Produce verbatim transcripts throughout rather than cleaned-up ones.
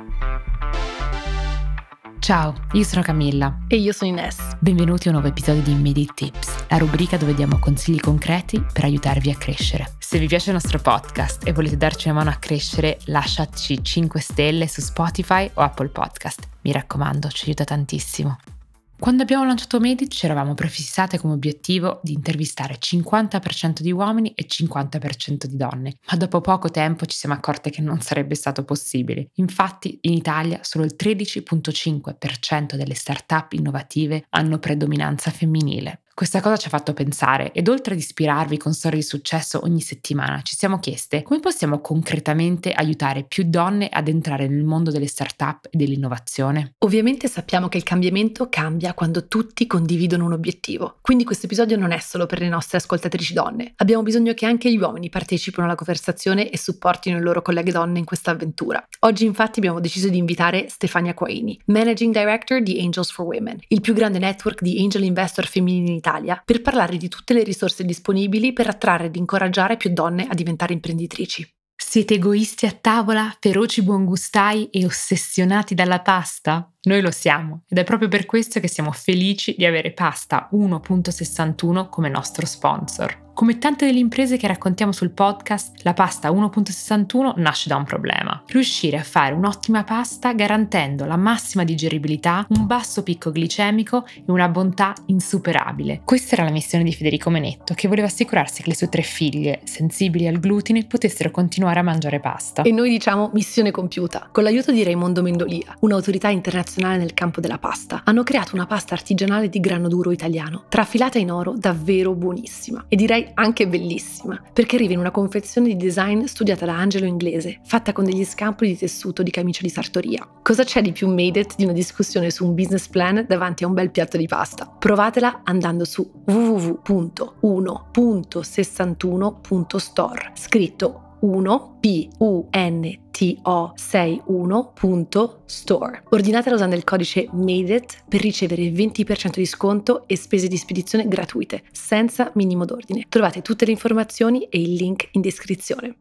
Ciao, io sono Camilla. E io sono Ines. Benvenuti a un nuovo episodio di Made It Tips, la rubrica dove diamo consigli concreti per aiutarvi a crescere. Se vi piace il nostro podcast e volete darci una mano a crescere, lasciateci cinque stelle su Spotify o Apple Podcast. Mi raccomando, ci aiuta tantissimo. Quando abbiamo lanciato Made It ci eravamo prefissate come obiettivo di intervistare cinquanta per cento di uomini e cinquanta per cento di donne, ma dopo poco tempo ci siamo accorte che non sarebbe stato possibile. Infatti in Italia solo il tredici virgola cinque per cento delle start-up innovative hanno predominanza femminile. Questa cosa ci ha fatto pensare ed oltre ad ispirarvi con storie di successo ogni settimana ci siamo chieste come possiamo concretamente aiutare più donne ad entrare nel mondo delle start-up e dell'innovazione. Ovviamente sappiamo che il cambiamento cambia quando tutti condividono un obiettivo, quindi questo episodio non è solo per le nostre ascoltatrici donne. Abbiamo bisogno che anche gli uomini partecipino alla conversazione e supportino le loro colleghe donne in questa avventura. Oggi infatti abbiamo deciso di invitare Stefania Quaini, Managing Director di Angels for Women, il più grande network di angel investor femminili in Italia, per parlare di tutte le risorse disponibili per attrarre ed incoraggiare più donne a diventare imprenditrici. Siete egoisti a tavola, feroci buongustai e ossessionati dalla pasta? Noi lo siamo ed è proprio per questo che siamo felici di avere Pasta uno virgola sessantuno come nostro sponsor. Come tante delle imprese che raccontiamo sul podcast, la pasta uno virgola sessantuno nasce da un problema: riuscire a fare un'ottima pasta garantendo la massima digeribilità, un basso picco glicemico e una bontà insuperabile. Questa era la missione di Federico Menetto, che voleva assicurarsi che le sue tre figlie, sensibili al glutine, potessero continuare a mangiare pasta. E noi diciamo missione compiuta. Con l'aiuto di Raimondo Mendolia, un'autorità internazionale nel campo della pasta, hanno creato una pasta artigianale di grano duro italiano, trafilata in oro, davvero buonissima e direi anche bellissima, perché arriva in una confezione di design studiata da Angelo Inglese, fatta con degli scampoli di tessuto di camicia di sartoria. Cosa c'è di più made it di una discussione su un business plan davanti a un bel piatto di pasta? Provatela andando su w w w punto uno punto sessantuno punto store, scritto uno P U N T O sessantuno punto store. Ordinatela usando il codice MADEIT per ricevere venti per cento di sconto e spese di spedizione gratuite, senza minimo d'ordine. Trovate tutte le informazioni e il link in descrizione.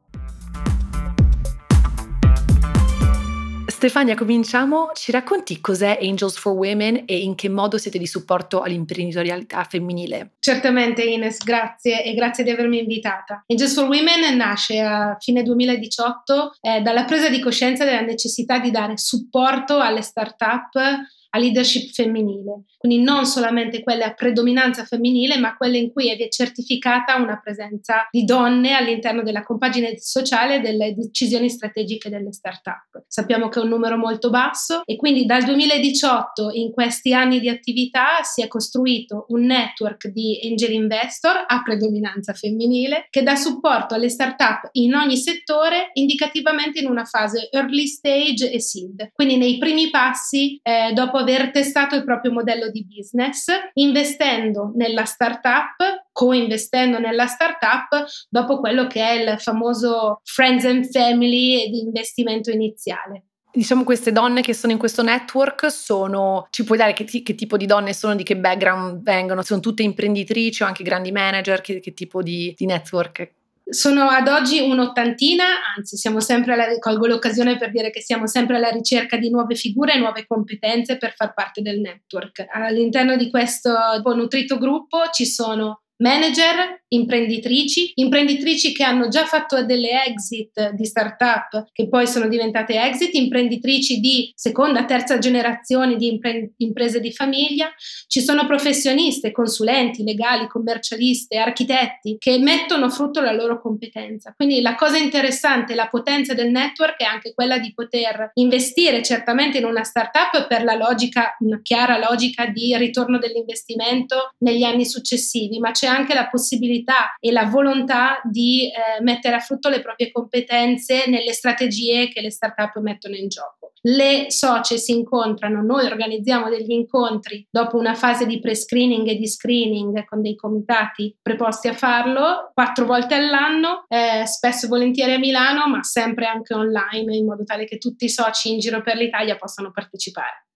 Stefania, cominciamo. Ci racconti cos'è Angels for Women e in che modo siete di supporto all'imprenditorialità femminile? Certamente Ines, grazie e grazie di avermi invitata. Angels for Women nasce a fine duemiladiciotto eh, dalla presa di coscienza della necessità di dare supporto alle start-up a leadership femminile, quindi non solamente quelle a predominanza femminile, ma quelle in cui è certificata una presenza di donne all'interno della compagine sociale delle decisioni strategiche delle start-up. Sappiamo che è un numero molto basso e quindi dal duemiladiciotto, in questi anni di attività, si è costruito un network di angel investor a predominanza femminile che dà supporto alle start-up in ogni settore, indicativamente in una fase early stage e seed, quindi nei primi passi eh, dopo aver testato il proprio modello di business, investendo nella startup, co-investendo nella startup dopo quello che è il famoso friends and family di investimento iniziale. Diciamo, queste donne che sono in questo network sono, ci puoi dare che, ti, che tipo di donne sono, di che background vengono? Sono tutte imprenditrici o anche grandi manager? Che, che tipo di, di network? Sono ad oggi un'ottantina, anzi siamo sempre alla, colgo l'occasione per dire che siamo sempre alla ricerca di nuove figure e nuove competenze per far parte del network. All'interno di questo nutrito gruppo ci sono manager, imprenditrici, imprenditrici che hanno già fatto delle exit di startup che poi sono diventate exit, imprenditrici di seconda, terza generazione di impre- imprese di famiglia, ci sono professioniste, consulenti, legali, commercialiste, architetti che mettono a frutto la loro competenza. Quindi la cosa interessante, la potenza del network è anche quella di poter investire certamente in una startup per la logica, una chiara logica di ritorno dell'investimento negli anni successivi, ma c'è anche la possibilità e la volontà di eh, mettere a frutto le proprie competenze nelle strategie che le startup mettono in gioco. Le socie si incontrano, noi organizziamo degli incontri dopo una fase di pre-screening e di screening con dei comitati preposti a farlo, quattro volte all'anno, eh, spesso e volentieri a Milano, ma sempre anche online, in modo tale che tutti i soci in giro per l'Italia possano partecipare.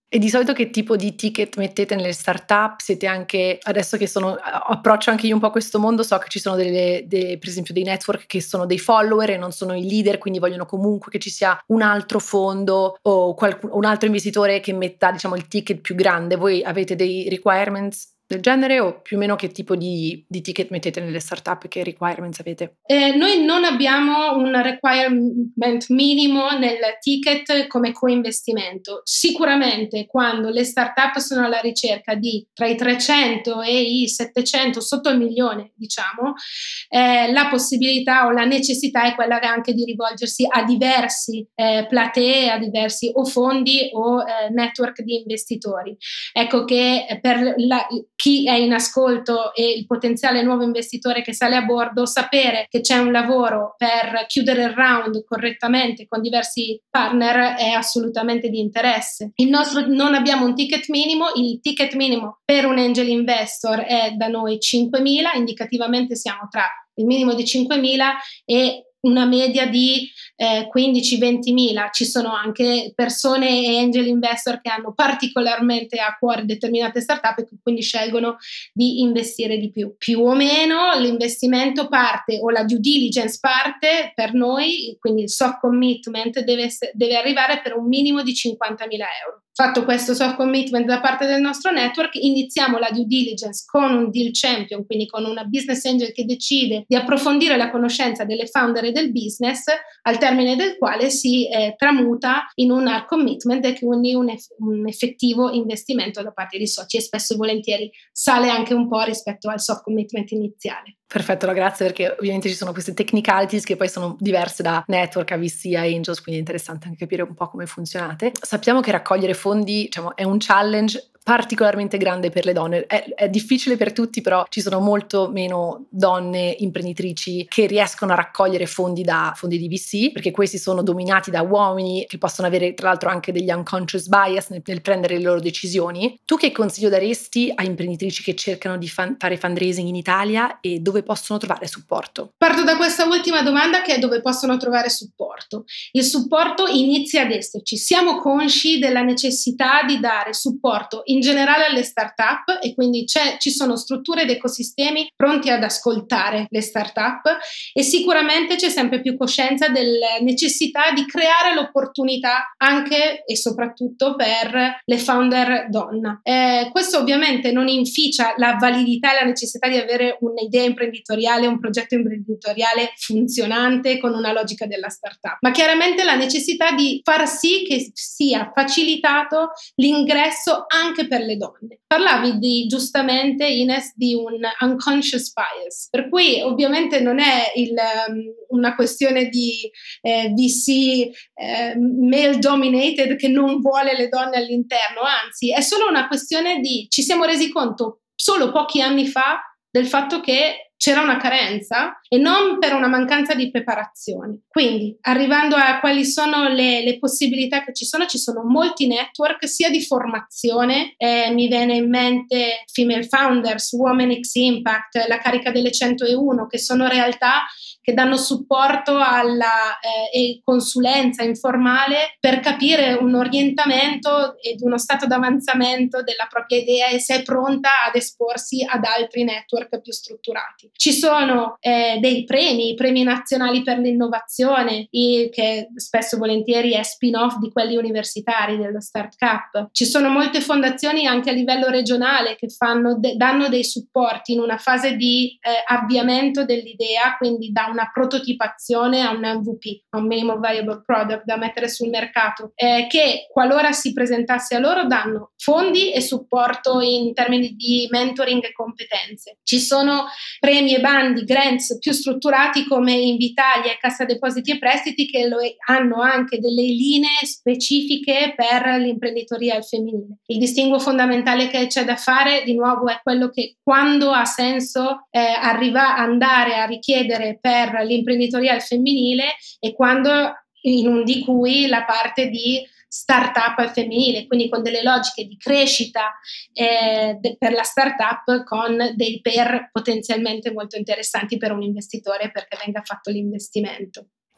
E di solito che tipo di ticket mettete nelle startup? Siete anche, adesso che sono, approccio anche io un po' questo mondo, so che ci sono delle, de, per esempio dei network che sono dei follower e non sono i leader, quindi vogliono comunque che ci sia un altro fondo o qualcun, un altro investitore che metta, diciamo, il ticket più grande. Voi avete dei requirements del genere o più o meno che tipo di, di ticket mettete nelle startup, che requirements avete? Eh, noi non abbiamo un requirement minimo nel ticket come co-investimento. Sicuramente quando le startup sono alla ricerca di tra i trecento e i settecento, sotto il milione, diciamo, eh, la possibilità o la necessità è quella anche di rivolgersi a diversi eh, platee, a diversi o fondi o eh, network di investitori. Ecco che per la chi è in ascolto e il potenziale nuovo investitore che sale a bordo, sapere che c'è un lavoro per chiudere il round correttamente con diversi partner è assolutamente di interesse. Il nostro, non abbiamo un ticket minimo, il ticket minimo per un angel investor è da noi cinquemila, indicativamente siamo tra il minimo di cinquemila e una media di eh, quindici ventimila. Ci sono anche persone e angel investor che hanno particolarmente a cuore determinate startup e quindi scelgono di investire di più. Più o meno l'investimento parte o la due diligence parte per noi, quindi il soft commitment deve, deve arrivare per un minimo di cinquantamila euro. Fatto questo soft commitment da parte del nostro network, iniziamo la due diligence con un deal champion, quindi con una business angel che decide di approfondire la conoscenza delle founder e del business, al termine del quale si eh, tramuta in un hard commitment e quindi un, eff- un effettivo investimento da parte dei soci, e spesso e volentieri sale anche un po' rispetto al soft commitment iniziale. Perfetto, no, grazie, perché ovviamente ci sono queste technicalities che poi sono diverse da network a V C a angels, quindi è interessante anche capire un po' come funzionate. Sappiamo che raccogliere fondi, diciamo, è un challenge particolarmente grande per le donne. È, è difficile per tutti, però ci sono molto meno donne imprenditrici che riescono a raccogliere fondi da fondi di V C, perché questi sono dominati da uomini che possono avere tra l'altro anche degli unconscious bias nel, nel prendere le loro decisioni. Tu che consiglio daresti a imprenditrici che cercano di fan, fare fundraising in Italia e dove possono trovare supporto? Parto da questa ultima domanda, che è dove possono trovare supporto. Il supporto inizia ad esserci. Siamo consci della necessità di dare supporto in generale alle start-up e quindi c'è, ci sono strutture ed ecosistemi pronti ad ascoltare le start-up e sicuramente c'è sempre più coscienza della necessità di creare l'opportunità anche e soprattutto per le founder donna. Eh, questo ovviamente non inficia la validità e la necessità di avere un'idea imprenditoriale, un progetto imprenditoriale funzionante con una logica della startup, ma chiaramente la necessità di far sì che sia facilitato l'ingresso anche per le donne. Parlavi di, giustamente Ines, di un unconscious bias, per cui ovviamente non è il, um, una questione di eh, V C eh, male dominated che non vuole le donne all'interno, anzi è solo una questione di, ci siamo resi conto solo pochi anni fa del fatto che c'era una carenza e non per una mancanza di preparazione. Quindi, arrivando a quali sono le, le possibilità che ci sono, ci sono molti network sia di formazione, eh, mi viene in mente Female Founders, Women X Impact, la carica delle centouno, che sono realtà che danno supporto alla eh, e consulenza informale per capire un orientamento ed uno stato d'avanzamento della propria idea e se è pronta ad esporsi ad altri network più strutturati. Ci sono eh, dei premi, premi nazionali per l'innovazione, che spesso e volentieri è spin-off di quelli universitari dello Start Cup. Ci sono molte fondazioni anche a livello regionale che fanno de- danno dei supporti in una fase di eh, avviamento dell'idea, quindi da una prototipazione a un M V P, a un minimum viable product da mettere sul mercato, eh, che qualora si presentasse a loro danno fondi e supporto in termini di mentoring e competenze. Ci sono premi e bandi, grants più strutturati come Invitalia e Cassa Depositi e Prestiti che lo hanno anche delle linee specifiche per l'imprenditoria al femminile. Il distinguo fondamentale che c'è da fare di nuovo è quello che quando ha senso eh, arriva andare a richiedere per l'imprenditoria al femminile e quando in un di cui la parte di startup al femminile, quindi con delle logiche di crescita eh, de- per la startup con dei pair potenzialmente molto interessanti per un investitore perché venga fatto l'investimento.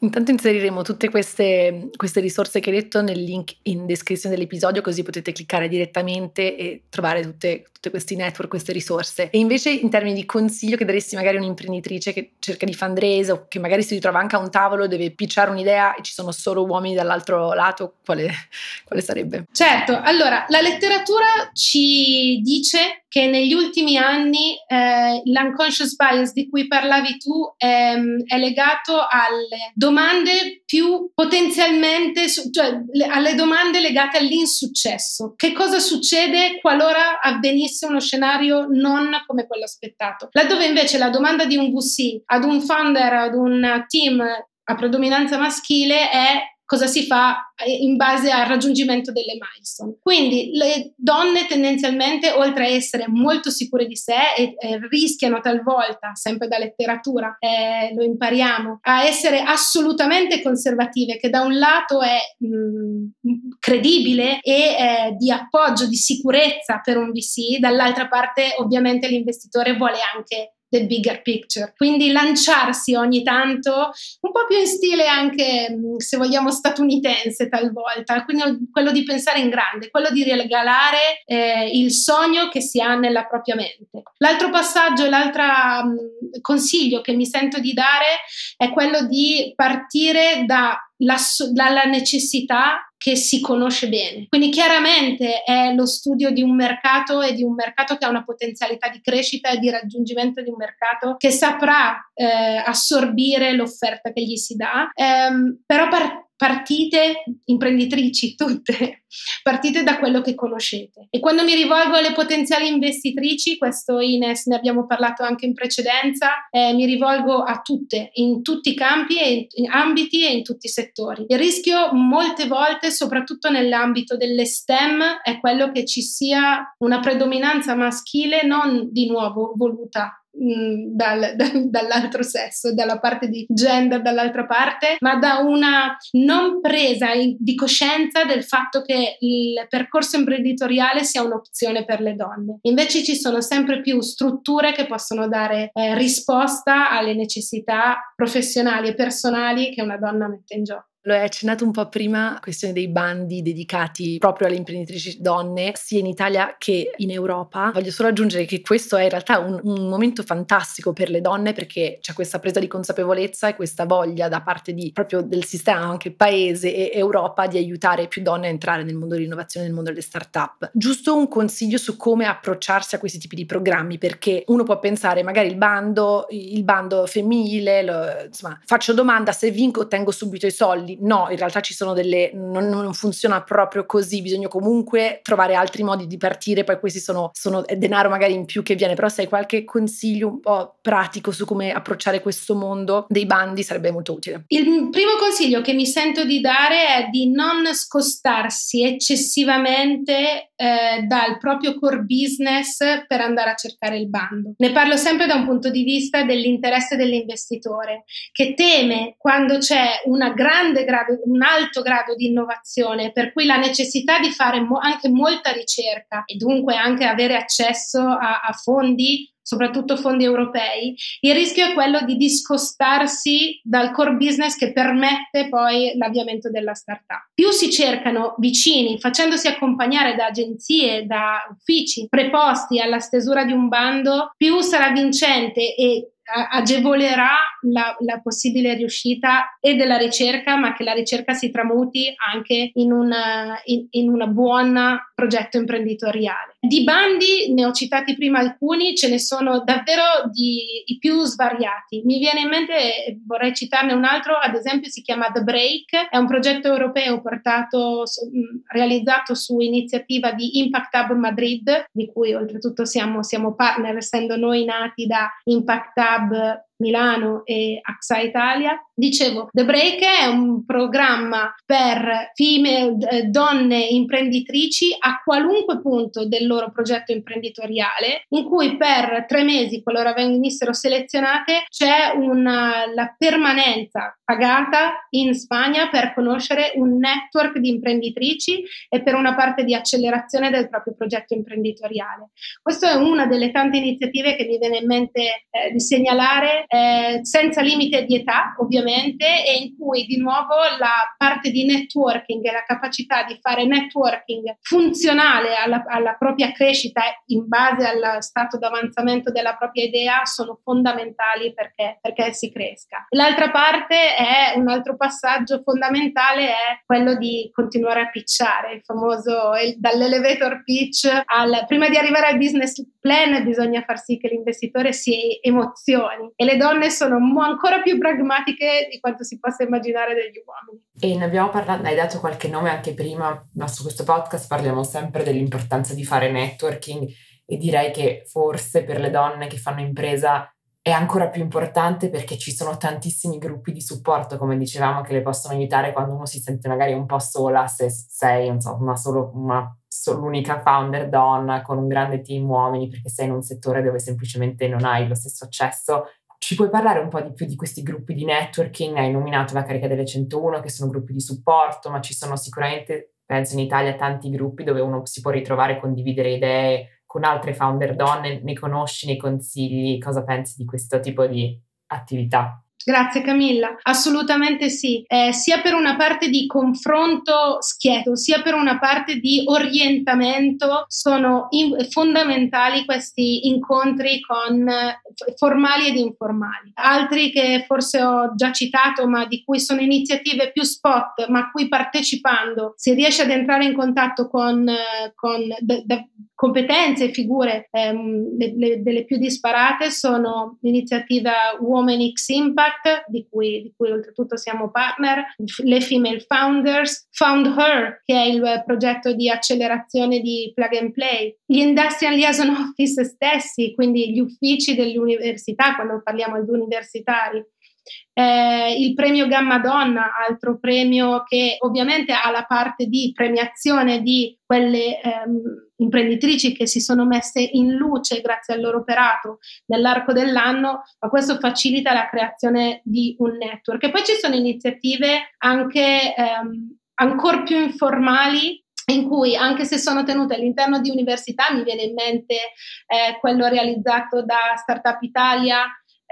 Intanto inseriremo tutte queste, queste risorse che hai detto nel link in descrizione dell'episodio, così potete cliccare direttamente e trovare tutte, tutte questi network, queste risorse. E invece in termini di consiglio che daresti magari a un'imprenditrice che cerca di fundraise o che magari si ritrova anche a un tavolo, deve pitchare un'idea e ci sono solo uomini dall'altro lato, quale, quale sarebbe? Certo, allora la letteratura ci dice che negli ultimi anni eh, l'unconscious bias di cui parlavi tu è, è legato alle domande più potenzialmente, cioè alle domande legate all'insuccesso. Che cosa succede qualora avvenisse uno scenario non come quello aspettato? Laddove invece la domanda di un V C ad un founder, ad un team a predominanza maschile è: cosa si fa in base al raggiungimento delle milestone. Quindi le donne tendenzialmente, oltre a essere molto sicure di sé e, e rischiano talvolta, sempre da letteratura eh, lo impariamo, a essere assolutamente conservative, che da un lato è mh, credibile e eh, di appoggio, di sicurezza per un V C, dall'altra parte ovviamente l'investitore vuole anche the bigger picture, quindi lanciarsi ogni tanto un po' più in stile anche, se vogliamo, statunitense talvolta, quindi quello di pensare in grande, quello di regalare eh, il sogno che si ha nella propria mente. L'altro passaggio, l'altro mh, consiglio che mi sento di dare è quello di partire da La, dalla necessità che si conosce bene. Quindi chiaramente è lo studio di un mercato e di un mercato che ha una potenzialità di crescita e di raggiungimento di un mercato che saprà eh, assorbire l'offerta che gli si dà, ehm, però par- partite, imprenditrici tutte, partite da quello che conoscete. E quando mi rivolgo alle potenziali investitrici, questo Ines ne abbiamo parlato anche in precedenza, eh, mi rivolgo a tutte, in tutti i campi e in ambiti e in tutti i settori. Il rischio molte volte, soprattutto nell'ambito delle STEM, è quello che ci sia una predominanza maschile non di nuovo voluta Dal, dal, dall'altro sesso, dalla parte di gender dall'altra parte, ma da una non presa di coscienza del fatto che il percorso imprenditoriale sia un'opzione per le donne. Invece ci sono sempre più strutture che possono dare eh, risposta alle necessità professionali e personali che una donna mette in gioco. Lo hai accennato un po' prima, questione dei bandi dedicati proprio alle imprenditrici donne, sia in Italia che in Europa. Voglio solo aggiungere che questo è in realtà un, un momento fantastico per le donne, perché c'è questa presa di consapevolezza e questa voglia da parte di proprio del sistema, anche paese e Europa, di aiutare più donne a entrare nel mondo dell'innovazione, nel mondo delle start-up. Giusto un consiglio su come approcciarsi a questi tipi di programmi, perché uno può pensare magari il bando, il bando femminile, lo, insomma, faccio domanda, se vinco ottengo subito i soldi. No, in realtà ci sono delle, non, non funziona proprio così, bisogna comunque trovare altri modi di partire, poi questi sono, sono denaro magari in più che viene, però se hai qualche consiglio un po' pratico su come approcciare questo mondo dei bandi sarebbe molto utile. Il primo consiglio che mi sento di dare è di non scostarsi eccessivamente eh, dal proprio core business per andare a cercare il bando. Ne parlo sempre da un punto di vista dell'interesse dell'investitore, che teme quando c'è una grande grado, un alto grado di innovazione, per cui la necessità di fare mo- anche molta ricerca e dunque anche avere accesso a, a fondi, soprattutto fondi europei, il rischio è quello di discostarsi dal core business che permette poi l'avviamento della startup. Più si cercano vicini, facendosi accompagnare da agenzie, da uffici preposti alla stesura di un bando, più sarà vincente e agevolerà la, la possibile riuscita e della ricerca, ma che la ricerca si tramuti anche in una, in, in una buona progetto imprenditoriale. Di bandi ne ho citati prima alcuni, ce ne sono davvero di, i più svariati. Mi viene in mente, vorrei citarne un altro, ad esempio si chiama The Break, è un progetto europeo portato, su, realizzato su iniziativa di Impact Hub Madrid, di cui oltretutto siamo, siamo partner, essendo noi nati da Impact Hub Milano e A X A Italia. Dicevo, The Break è un programma per female, eh, donne imprenditrici a qualunque punto del loro progetto imprenditoriale, in cui per tre mesi, qualora venissero selezionate, c'è una, la permanenza pagata in Spagna per conoscere un network di imprenditrici e per una parte di accelerazione del proprio progetto imprenditoriale. Questa è una delle tante iniziative che mi viene in mente eh, di segnalare eh, senza limite di età ovviamente, e in cui di nuovo la parte di networking e la capacità di fare networking funzionale alla, alla propria crescita in base al stato d'avanzamento della propria idea sono fondamentali perché, perché si cresca. L'altra parte è, un altro passaggio fondamentale è quello di continuare a pitchare, il famoso il, dall'elevator pitch al, prima di arrivare al business plan bisogna far sì che l'investitore si emozioni, e le donne sono mo- ancora più pragmatiche di quanto si possa immaginare degli uomini. E ne abbiamo parlato, hai dato qualche nome anche prima, ma su questo podcast parliamo sempre dell'importanza di fare networking, e direi che forse per le donne che fanno impresa è ancora più importante, perché ci sono tantissimi gruppi di supporto, come dicevamo, che le possono aiutare quando uno si sente magari un po' sola, se sei non so, una solo, una, solo l'unica founder donna con un grande team uomini, perché sei in un settore dove semplicemente non hai lo stesso accesso. Ci puoi parlare un po' di più di questi gruppi di networking? Hai nominato la Carica delle centouno, che sono gruppi di supporto, ma ci sono sicuramente, penso in Italia, tanti gruppi dove uno si può ritrovare e condividere idee con altre founder donne. Ne conosci, ne consigli? Cosa pensi di questo tipo di attività? Grazie Camilla, assolutamente sì, eh, sia per una parte di confronto schietto, sia per una parte di orientamento sono in, fondamentali questi incontri con eh, formali ed informali. Altri che forse ho già citato, ma di cui sono iniziative più spot, ma a cui partecipando si riesce ad entrare in contatto con, eh, con de, de, competenze e figure ehm, le, le, delle più disparate, sono l'iniziativa Women X Impact, Di cui, di cui oltretutto siamo partner, le Female Founders, Found Her, che è il progetto di accelerazione di Plug and Play, gli Industrial Liaison Office stessi, quindi gli uffici delle università, quando parliamo di universitari, eh, il premio Gamma Donna, altro premio che ovviamente ha la parte di premiazione di quelle ehm, imprenditrici che si sono messe in luce grazie al loro operato nell'arco dell'anno, ma questo facilita la creazione di un network. E poi ci sono iniziative anche ehm, ancora più informali, in cui, anche se sono tenute all'interno di università, mi viene in mente eh, quello realizzato da Startup Italia,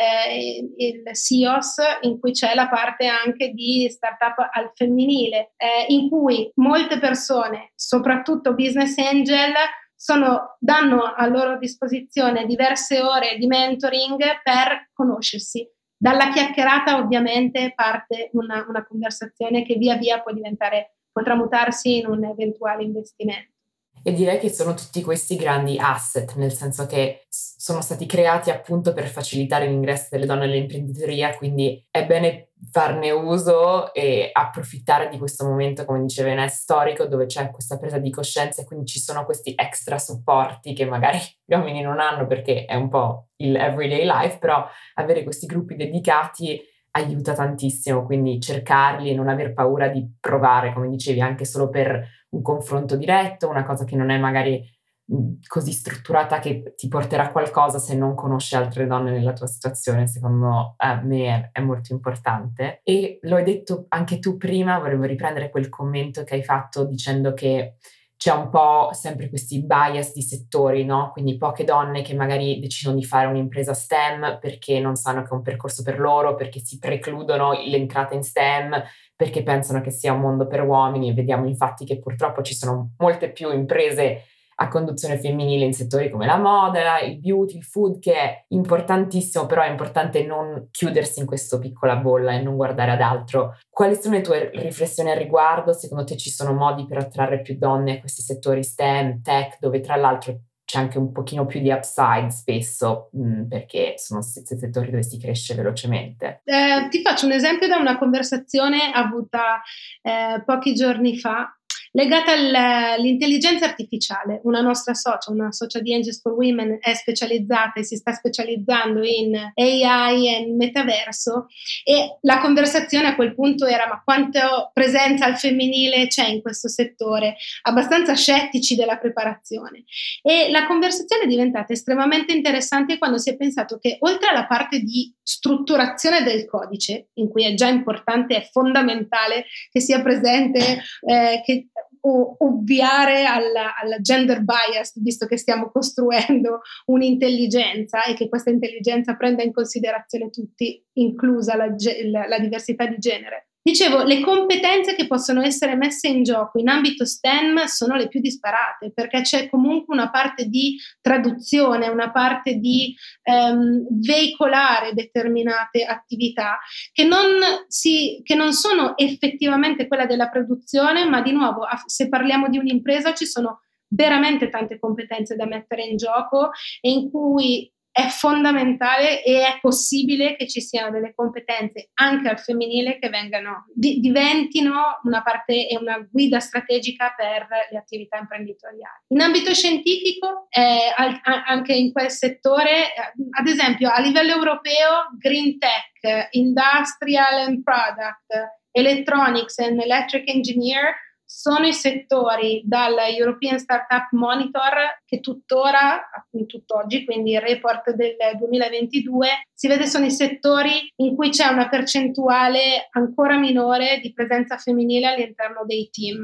Eh, il S I O S, in cui c'è la parte anche di startup al femminile, eh, in cui molte persone, soprattutto business angel, sono, danno a loro disposizione diverse ore di mentoring per conoscersi. Dalla chiacchierata ovviamente parte una, una conversazione che via via può diventare, può tramutarsi in un eventuale investimento. E direi che sono tutti questi grandi asset, nel senso che sono stati creati appunto per facilitare l'ingresso delle donne nell'imprenditoria, quindi è bene farne uso e approfittare di questo momento, come diceva Ines, storico, dove c'è questa presa di coscienza, e quindi ci sono questi extra supporti che magari gli uomini non hanno perché è un po' il everyday life, però avere questi gruppi dedicati aiuta tantissimo, quindi cercarli e non aver paura di provare, come dicevi, anche solo per un confronto diretto, una cosa che non è magari così strutturata che ti porterà a qualcosa se non conosci altre donne nella tua situazione. Secondo eh, me è, è molto importante. E lo hai detto anche tu prima, volevo riprendere quel commento che hai fatto dicendo che c'è un po' sempre questi bias di settori, no? Quindi poche donne che magari decidono di fare un'impresa STEM perché non sanno che è un percorso per loro, perché si precludono l'entrata in STEM, perché pensano che sia un mondo per uomini, e vediamo infatti che purtroppo ci sono molte più imprese a conduzione femminile in settori come la moda, il beauty, il food, che è importantissimo, però è importante non chiudersi in questa piccola bolla e non guardare ad altro. Quali sono le tue riflessioni al riguardo? Secondo te ci sono modi per attrarre più donne a questi settori STEM, tech, dove tra l'altro c'è anche un pochino più di upside spesso, mh, perché sono settori dove si cresce velocemente? Eh, ti faccio un esempio da una conversazione avuta eh, pochi giorni fa, legata all'intelligenza artificiale. Una nostra socia, una socia di Angels for Women, è specializzata e si sta specializzando in A I e metaverso, e la conversazione a quel punto era: ma quanta presenza al femminile c'è in questo settore? Abbastanza scettici della preparazione. E la conversazione è diventata estremamente interessante quando si è pensato che, oltre alla parte di strutturazione del codice, in cui è già importante, è fondamentale che sia presente, eh, che o ovviare alla, alla gender bias, visto che stiamo costruendo un'intelligenza e che questa intelligenza prenda in considerazione tutti, inclusa la, la, la diversità di genere. Dicevo, le competenze che possono essere messe in gioco in ambito STEM sono le più disparate, perché c'è comunque una parte di traduzione, una parte di ehm, veicolare determinate attività che non, si, che non sono effettivamente quella della produzione, ma di nuovo, se parliamo di un'impresa, ci sono veramente tante competenze da mettere in gioco e in cui è fondamentale e è possibile che ci siano delle competenze anche al femminile che vengano, di, diventino una parte e una guida strategica per le attività imprenditoriali. In ambito scientifico, eh, al, a, anche in quel settore, eh, ad esempio a livello europeo, Green Tech, Industrial and Product, Electronics and Electric Engineer sono i settori dal European Startup Monitor che tuttora, tutt'oggi, quindi il report del duemilaventidue, si vede sono i settori in cui c'è una percentuale ancora minore di presenza femminile all'interno dei team.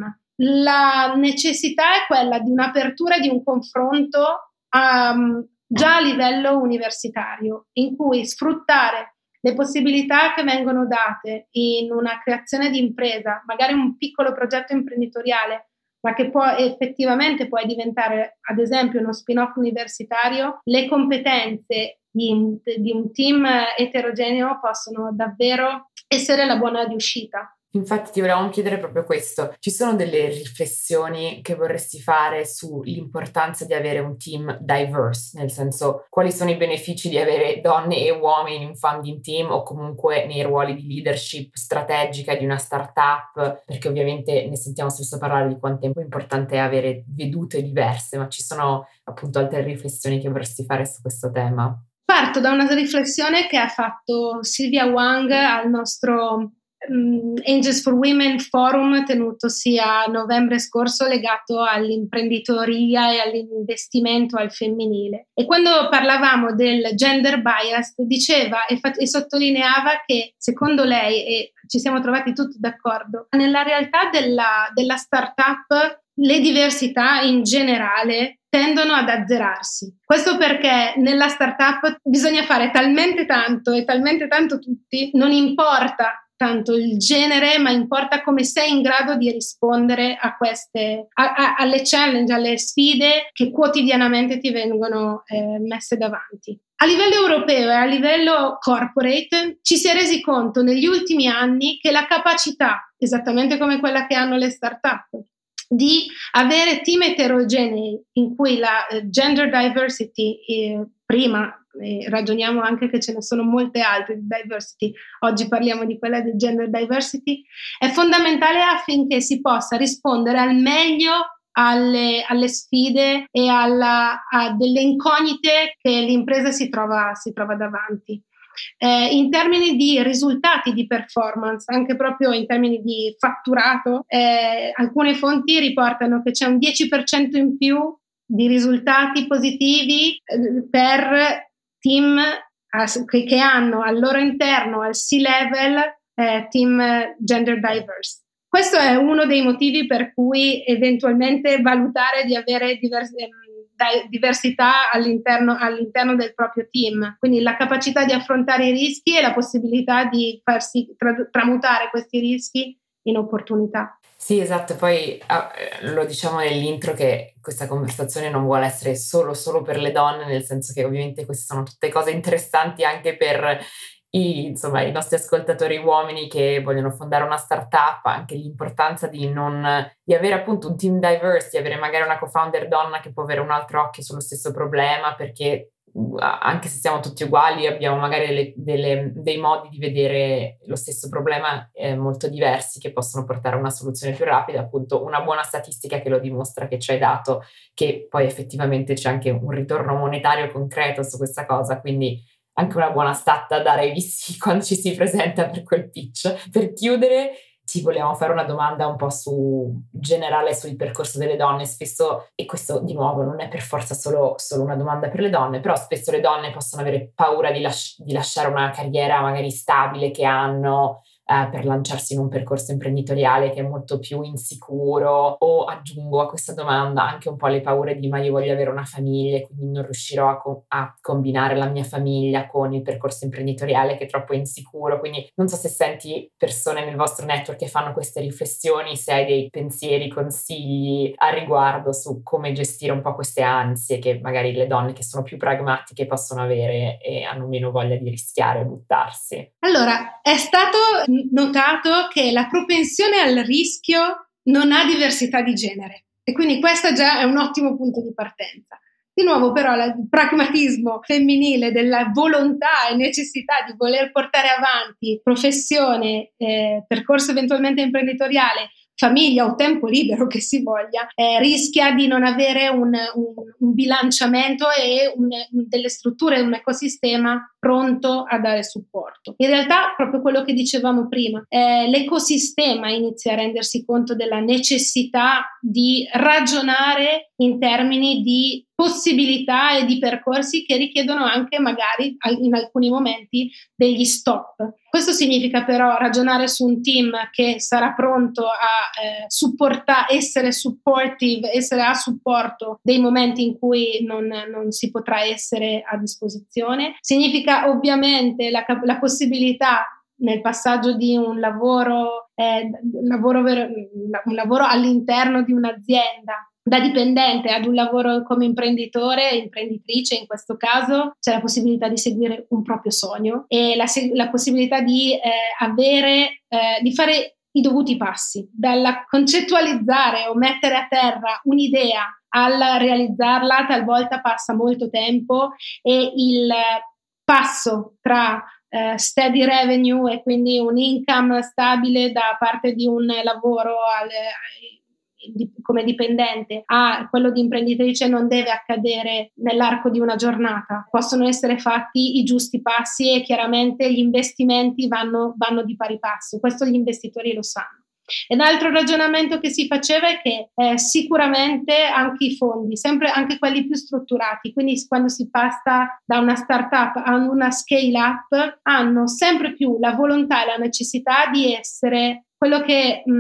La necessità è quella di un'apertura, di un confronto um, già a livello universitario, in cui sfruttare le possibilità che vengono date in una creazione di impresa, magari un piccolo progetto imprenditoriale, ma che può effettivamente poi diventare, ad esempio, uno spin-off universitario, le competenze di, di un team eterogeneo possono davvero essere la buona riuscita. Infatti ti volevamo chiedere proprio questo. Ci sono delle riflessioni che vorresti fare sull'importanza di avere un team diverse, nel senso quali sono i benefici di avere donne e uomini in un founding team o comunque nei ruoli di leadership strategica di una startup, perché ovviamente ne sentiamo spesso parlare di quanto è importante avere vedute diverse, ma ci sono appunto altre riflessioni che vorresti fare su questo tema? Parto da una riflessione che ha fatto Silvia Wang al nostro Um, Angels for Women Forum tenutosi a novembre scorso, legato all'imprenditoria e all'investimento al femminile, e quando parlavamo del gender bias diceva e, fa- e sottolineava che secondo lei, e ci siamo trovati tutti d'accordo, nella realtà della, della startup le diversità in generale tendono ad azzerarsi. Questo perché nella startup bisogna fare talmente tanto e talmente tanto tutti, non importa tanto il genere, ma importa come sei in grado di rispondere a queste, a, a, alle challenge, alle sfide che quotidianamente ti vengono eh, messe davanti. A livello europeo e a livello corporate ci si è resi conto negli ultimi anni che la capacità, esattamente come quella che hanno le start-up, di avere team eterogenei in cui la eh, gender diversity eh, prima eh, ragioniamo anche che ce ne sono molte altre di diversity, oggi parliamo di quella di gender diversity, è fondamentale affinché si possa rispondere al meglio alle, alle sfide e alla, a delle incognite che l'impresa si trova, si trova davanti. Eh, in termini di risultati di performance, anche proprio in termini di fatturato, eh, alcune fonti riportano che c'è un dieci per cento in più di risultati positivi eh, per team eh, che, che hanno al loro interno, al C-level, eh, team gender diverse. Questo è uno dei motivi per cui eventualmente valutare di avere diversi diversità all'interno, all'interno del proprio team, quindi la capacità di affrontare i rischi e la possibilità di farsi tra- tramutare questi rischi in opportunità. Sì, esatto, poi eh, lo diciamo nell'intro che questa conversazione non vuole essere solo, solo per le donne, nel senso che ovviamente queste sono tutte cose interessanti anche per I, insomma, i nostri ascoltatori uomini che vogliono fondare una startup, anche l'importanza di non di avere appunto un team diverse, di avere magari una co-founder donna che può avere un altro occhio sullo stesso problema, perché anche se siamo tutti uguali abbiamo magari delle, delle, dei modi di vedere lo stesso problema eh, molto diversi che possono portare a una soluzione più rapida. Appunto una buona statistica che lo dimostra, che ci hai dato, che poi effettivamente c'è anche un ritorno monetario concreto su questa cosa, quindi anche una buona stat da dare ai V C quando ci si presenta per quel pitch. Per chiudere, ci volevamo fare una domanda un po' su generale sul percorso delle donne. Spesso, e questo di nuovo non è per forza solo, solo una domanda per le donne, però spesso le donne possono avere paura di, las- di lasciare una carriera magari stabile che hanno, eh, per lanciarsi in un percorso imprenditoriale che è molto più insicuro, o aggiungo a questa domanda anche un po' le paure di ma io voglio avere una famiglia e quindi non riuscirò a, co- a combinare la mia famiglia con il percorso imprenditoriale che è troppo insicuro, quindi non so se senti persone nel vostro network che fanno queste riflessioni, se hai dei pensieri, consigli a riguardo su come gestire un po' queste ansie che magari le donne che sono più pragmatiche possono avere e hanno meno voglia di rischiare e buttarsi. Allora, è stato notato che la propensione al rischio non ha diversità di genere e quindi questo già è un ottimo punto di partenza. Di nuovo però il pragmatismo femminile della volontà e necessità di voler portare avanti professione, eh, percorso eventualmente imprenditoriale, famiglia o tempo libero che si voglia, eh, rischia di non avere un, un, un bilanciamento e un, delle strutture, un ecosistema pronto a dare supporto. In realtà proprio quello che dicevamo prima, eh, l'ecosistema inizia a rendersi conto della necessità di ragionare in termini di possibilità e di percorsi che richiedono anche magari in alcuni momenti degli stop. Questo significa però ragionare su un team che sarà pronto a eh, supportare, essere supportive, essere a supporto dei momenti in cui non, non si potrà essere a disposizione. Significa ovviamente la, la possibilità nel passaggio di un lavoro, eh, lavoro ver- un lavoro all'interno di un'azienda da dipendente ad un lavoro come imprenditore, imprenditrice in questo caso, c'è la possibilità di seguire un proprio sogno e la, la possibilità di eh, avere, eh, di fare i dovuti passi, dalla concettualizzare o mettere a terra un'idea al realizzarla talvolta passa molto tempo e il passo tra Uh, steady revenue e quindi un income stabile da parte di un lavoro al, di, come dipendente a quello di imprenditrice non deve accadere nell'arco di una giornata, possono essere fatti i giusti passi e chiaramente gli investimenti vanno, vanno di pari passo, questo gli investitori lo sanno. E un altro ragionamento che si faceva è che eh, sicuramente anche i fondi, sempre anche quelli più strutturati, quindi quando si passa da una startup a una scale up, hanno sempre più la volontà e la necessità di essere quello che mh,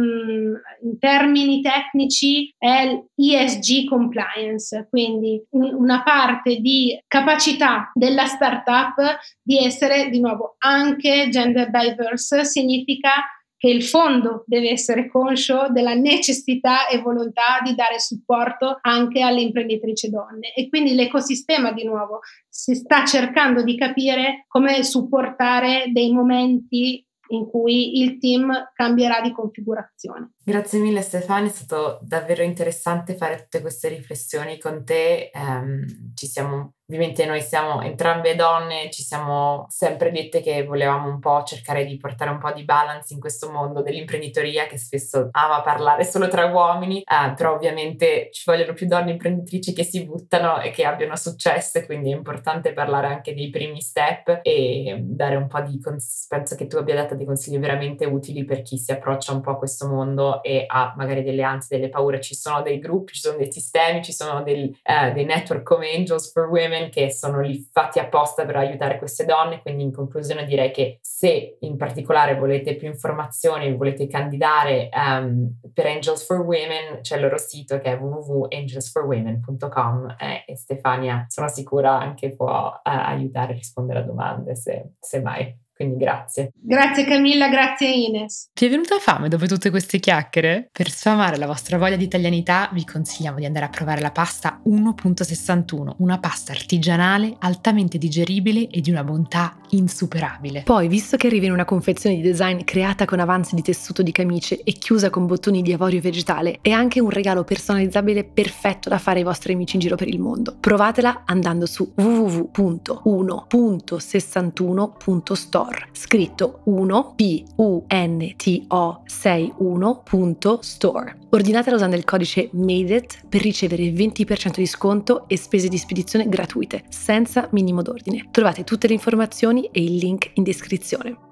in termini tecnici è l'E S G compliance, quindi un, una parte di capacità della startup di essere di nuovo anche gender diverse, significa che il fondo deve essere conscio della necessità e volontà di dare supporto anche alle imprenditrici donne e quindi l'ecosistema di nuovo si sta cercando di capire come supportare dei momenti in cui il team cambierà di configurazione. Grazie mille Stefania, è stato davvero interessante fare tutte queste riflessioni con te. Um, ci siamo, ovviamente noi siamo entrambe donne, ci siamo sempre dette che volevamo un po' cercare di portare un po' di balance in questo mondo dell'imprenditoria che spesso ama parlare solo tra uomini, uh, però ovviamente ci vogliono più donne imprenditrici che si buttano e che abbiano successo, quindi è importante parlare anche dei primi step e dare un po' di cons- penso che tu abbia dato dei consigli veramente utili per chi si approccia un po' a questo mondo e ha magari delle ansie, delle paure. Ci sono dei gruppi, ci sono dei sistemi, ci sono del, uh, dei network come Angels for Women che sono lì fatti apposta per aiutare queste donne, quindi in conclusione direi che se in particolare volete più informazioni, volete candidare um, per Angels for Women, c'è il loro sito che è w w w punto angels for women punto com eh, e Stefania sono sicura anche può uh, aiutare a rispondere a domande se, se mai. Quindi grazie. Grazie Camilla, grazie Ines. Ti è venuta fame dopo tutte queste chiacchiere? Per sfamare la vostra voglia di italianità vi consigliamo di andare a provare la pasta uno punto sessantuno, una pasta artigianale altamente digeribile e di una bontà insuperabile. Poi, visto che arriva in una confezione di design creata con avanzi di tessuto di camicie e chiusa con bottoni di avorio vegetale, è anche un regalo personalizzabile perfetto da fare ai vostri amici in giro per il mondo. Provatela andando su w w w punto uno punto sessantuno punto store, scritto uno P U N T O sessantuno punto store. Ordinatela usando il codice MADEIT per ricevere venti per cento di sconto e spese di spedizione gratuite, senza minimo d'ordine. Trovate tutte le informazioni e il link in descrizione.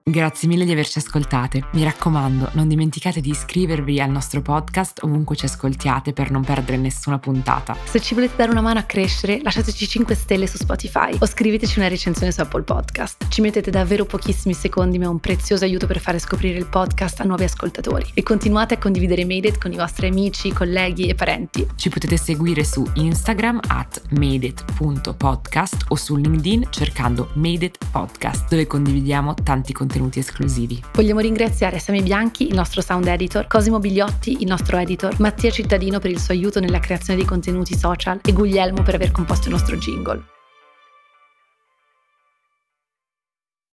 Grazie mille di averci ascoltate. Mi raccomando, non dimenticate di iscrivervi al nostro podcast ovunque ci ascoltiate per non perdere nessuna puntata. Se ci volete dare una mano a crescere, lasciateci cinque stelle su Spotify o scriveteci una recensione su Apple Podcast. Ci mettete davvero pochissimi secondi, ma è un prezioso aiuto per fare scoprire il podcast a nuovi ascoltatori. E continuate a condividere Made It con i vostri amici, colleghi e parenti. Ci potete seguire su Instagram at madeit punto podcast o su LinkedIn cercando Made It Podcast, dove condividiamo tanti contenuti esclusivi. Vogliamo ringraziare Sami Bianchi, il nostro sound editor, Cosimo Bigliotti, il nostro editor, Mattia Cittadino per il suo aiuto nella creazione dei contenuti social e Guglielmo per aver composto il nostro jingle.